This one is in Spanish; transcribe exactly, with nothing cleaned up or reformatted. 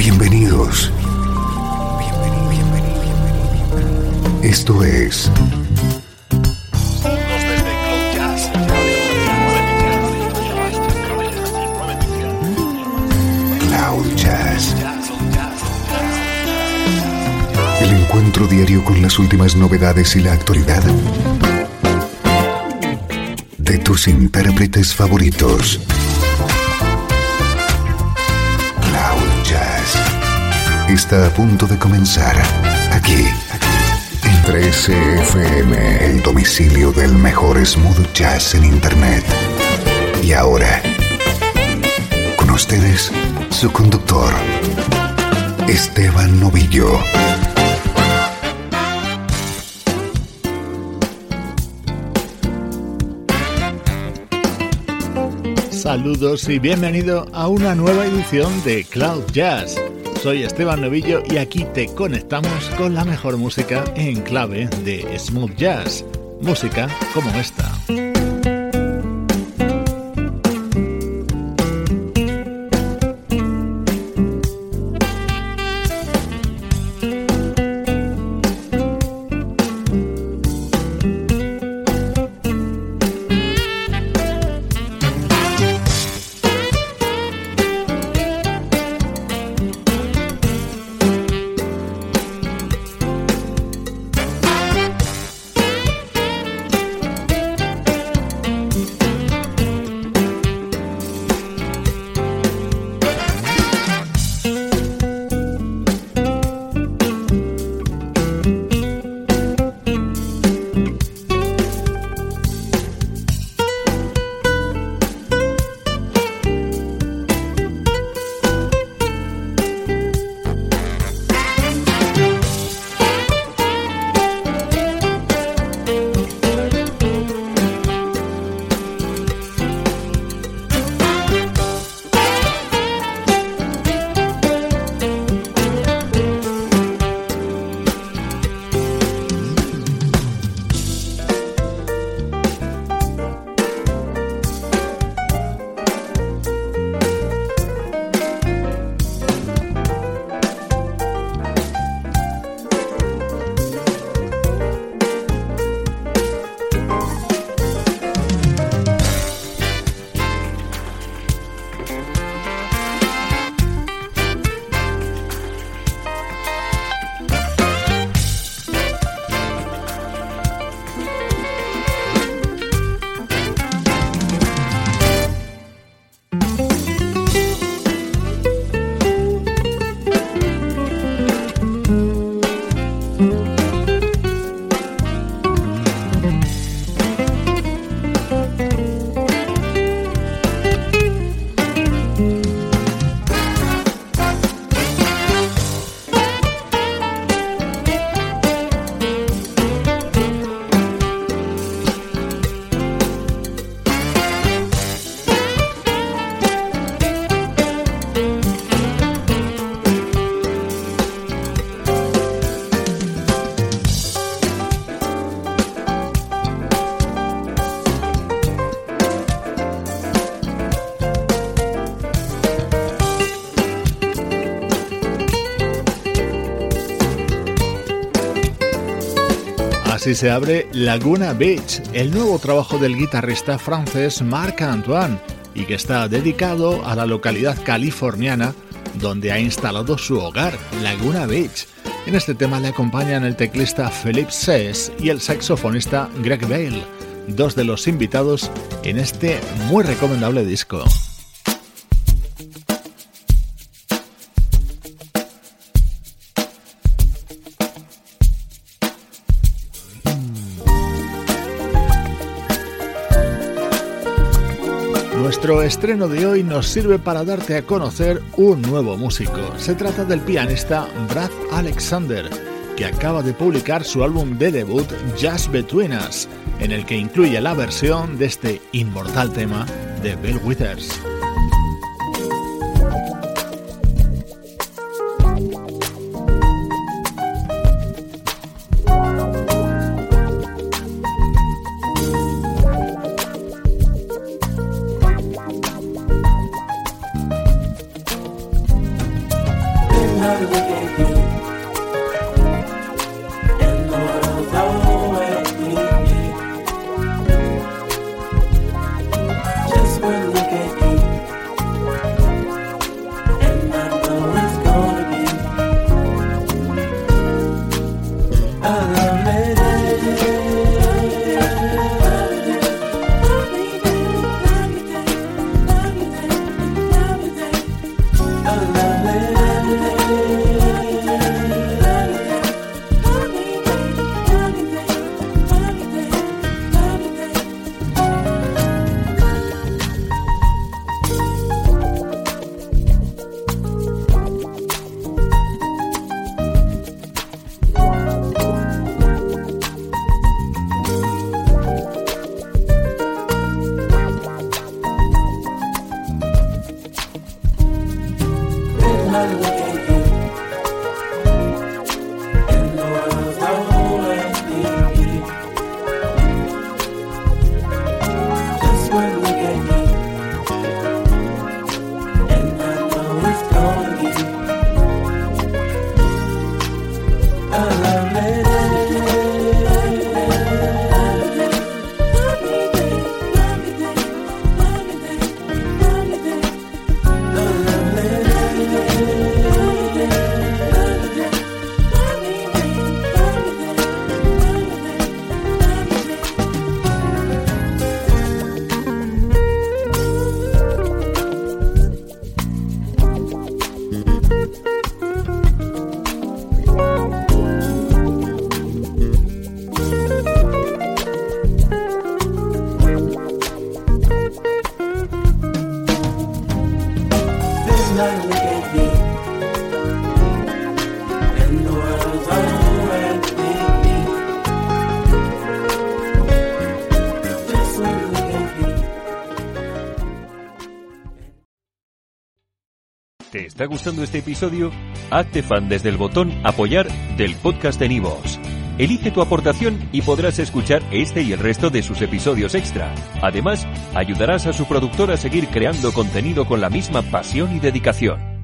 Bienvenidos. Esto es Cloud Jazz. El encuentro diario con las últimas novedades y la actualidad de tus intérpretes favoritos. Cloud Jazz está a punto de comenzar aquí, en tres F M, el domicilio del mejor smooth jazz en internet. Y ahora, con ustedes, su conductor, Esteban Novillo. Saludos y bienvenido a una nueva edición de Cloud Jazz. Soy Esteban Novillo y aquí te conectamos con la mejor música en clave de smooth jazz. Música como esta. Así se abre Laguna Beach, el nuevo trabajo del guitarrista francés Marc Antoine, y que está dedicado a la localidad californiana donde ha instalado su hogar, Laguna Beach. En este tema le acompañan el teclista Philippe Sess y el saxofonista Greg Bale, dos de los invitados en este muy recomendable disco. Nuestro estreno de hoy nos sirve para darte a conocer un nuevo músico. Se trata del pianista Brad Alexander, que acaba de publicar su álbum de debut Just Between Us, en el que incluye la versión de este inmortal tema de Bill Withers. ¿Te está gustando este episodio? Hazte fan desde el botón Apoyar del podcast de Nivos. Elige tu aportación y podrás escuchar este y el resto de sus episodios extra. Además, ayudarás a su productor a seguir creando contenido con la misma pasión y dedicación.